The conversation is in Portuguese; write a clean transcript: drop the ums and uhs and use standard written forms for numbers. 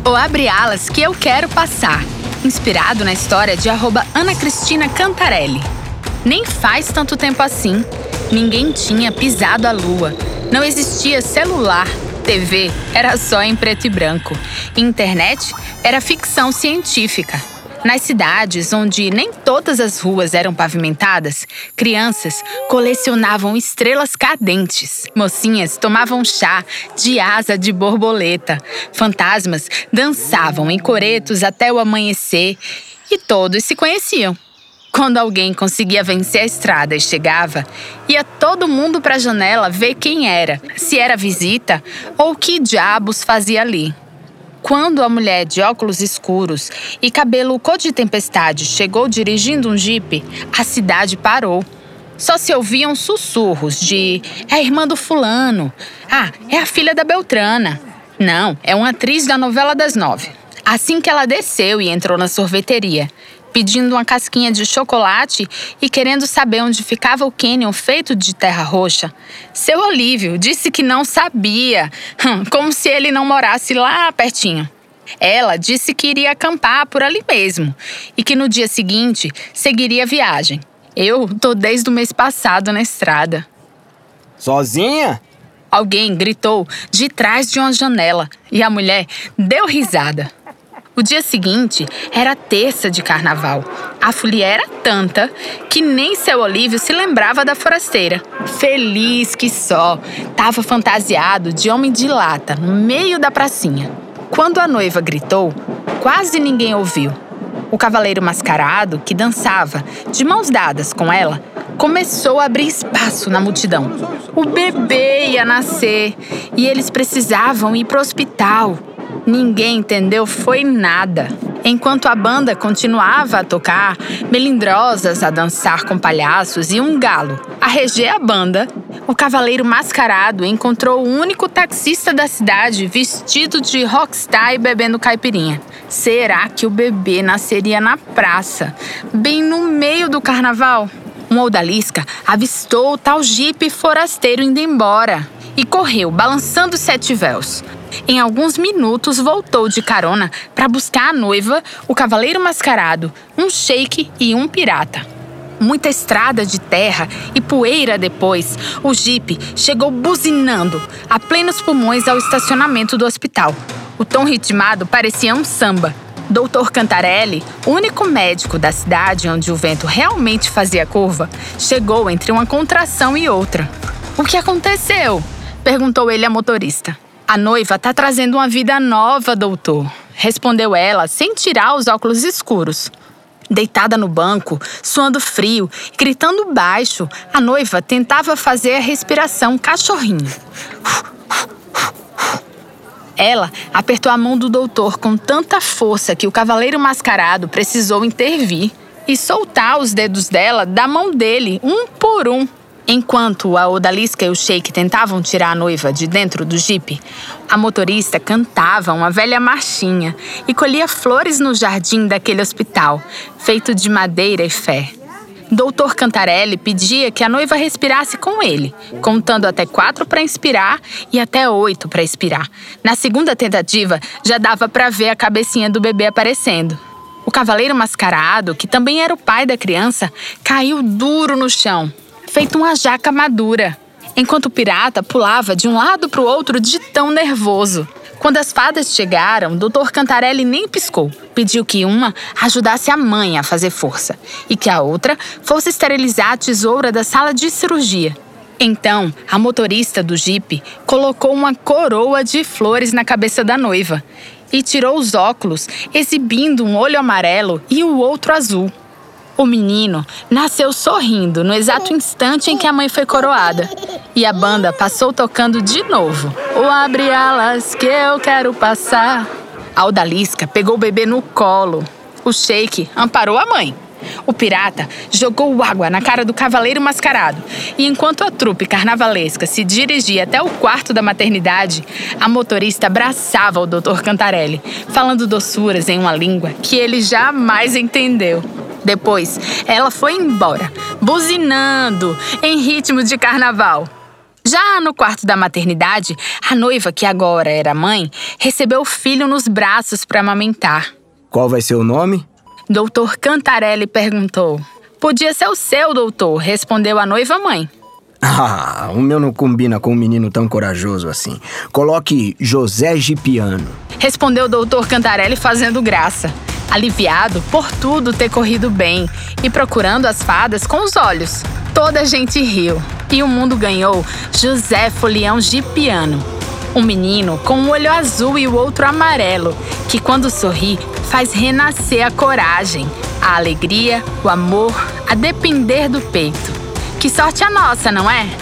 Ou abre alas que eu quero passar, inspirado na história de @Ana Cristina Cantarelli. Nem faz tanto tempo assim. Ninguém tinha pisado a lua. Não existia celular. TV era só em preto e branco. Internet era ficção científica. Nas cidades onde nem todas as ruas eram pavimentadas, crianças colecionavam estrelas cadentes. Mocinhas tomavam chá de asa de borboleta. Fantasmas dançavam em coretos até o amanhecer e todos se conheciam. Quando alguém conseguia vencer a estrada e chegava, ia todo mundo para a janela ver quem era, se era visita ou que diabos fazia ali. Quando a mulher de óculos escuros e cabelo cor de tempestade chegou dirigindo um jipe, a cidade parou. Só se ouviam sussurros de "é a irmã do fulano", "ah, é a filha da Beltrana", "não, é uma atriz da novela das 9". Assim que ela desceu e entrou na sorveteria, pedindo uma casquinha de chocolate e querendo saber onde ficava o cânion feito de terra roxa, seu Olívio disse que não sabia, como se ele não morasse lá pertinho. Ela disse que iria acampar por ali mesmo e que no dia seguinte seguiria a viagem. Eu tô desde o mês passado na estrada. Sozinha? Alguém gritou de trás de uma janela e a mulher deu risada. O dia seguinte era terça de carnaval. A folia era tanta que nem seu Olívio se lembrava da forasteira. Feliz que só, estava fantasiado de homem de lata no meio da pracinha. Quando a noiva gritou, quase ninguém ouviu. O cavaleiro mascarado, que dançava de mãos dadas com ela, começou a abrir espaço na multidão. O bebê ia nascer e eles precisavam ir para o hospital. Ninguém entendeu foi nada. Enquanto a banda continuava a tocar, melindrosas a dançar com palhaços e um galo a reger a banda, o cavaleiro mascarado encontrou o único taxista da cidade vestido de rockstar e bebendo caipirinha. Será que o bebê nasceria na praça, bem no meio do carnaval? Um odalisca avistou o tal jipe forasteiro indo embora e correu, balançando 7 véus. Em alguns minutos, voltou de carona para buscar a noiva, o cavaleiro mascarado, um sheik e um pirata. Muita estrada de terra e poeira depois, o jipe chegou buzinando a plenos pulmões ao estacionamento do hospital. O tom ritmado parecia um samba. Dr. Cantarelli, único médico da cidade onde o vento realmente fazia curva, chegou entre uma contração e outra. "O que aconteceu?", perguntou ele à motorista. "A noiva tá trazendo uma vida nova, doutor", respondeu ela, sem tirar os óculos escuros. Deitada no banco, suando frio e gritando baixo, a noiva tentava fazer a respiração cachorrinho. Ela apertou a mão do doutor com tanta força que o cavaleiro mascarado precisou intervir e soltar os dedos dela da mão dele, um por um. Enquanto a odalisca e o sheik tentavam tirar a noiva de dentro do jipe, a motorista cantava uma velha marchinha e colhia flores no jardim daquele hospital, feito de madeira e fé. Dr. Cantarelli pedia que a noiva respirasse com ele, contando até 4 para inspirar e até 8 para expirar. Na segunda tentativa, já dava para ver a cabecinha do bebê aparecendo. O cavaleiro mascarado, que também era o pai da criança, caiu duro no chão, feito uma jaca madura, enquanto o pirata pulava de um lado para o outro de tão nervoso. Quando as fadas chegaram, Dr. Cantarelli nem piscou. Pediu que uma ajudasse a mãe a fazer força e que a outra fosse esterilizar a tesoura da sala de cirurgia. Então, a motorista do jipe colocou uma coroa de flores na cabeça da noiva e tirou os óculos, exibindo um olho amarelo e o outro azul. O menino nasceu sorrindo no exato instante em que a mãe foi coroada. E a banda passou tocando de novo. "O abre alas que eu quero passar". A odalisca pegou o bebê no colo. O sheik amparou a mãe. O pirata jogou água na cara do cavaleiro mascarado. E enquanto a trupe carnavalesca se dirigia até o quarto da maternidade, a motorista abraçava o Dr. Cantarelli, falando doçuras em uma língua que ele jamais entendeu. Depois, ela foi embora, buzinando em ritmo de carnaval. Já no quarto da maternidade, a noiva, que agora era mãe, recebeu o filho nos braços para amamentar. Qual vai ser o nome? Doutor Cantarelli perguntou. Podia ser o seu, doutor, respondeu a noiva-mãe. Ah, o meu não combina com um menino tão corajoso assim. Coloque José Gipiano. Respondeu o doutor Cantarelli fazendo graça, aliviado por tudo ter corrido bem e procurando as fadas com os olhos. Toda a gente riu e o mundo ganhou José Folião Gipiano. Um menino com um olho azul e o outro amarelo, que quando sorri faz renascer a coragem, a alegria, o amor, a depender do peito. Que sorte a nossa, não é?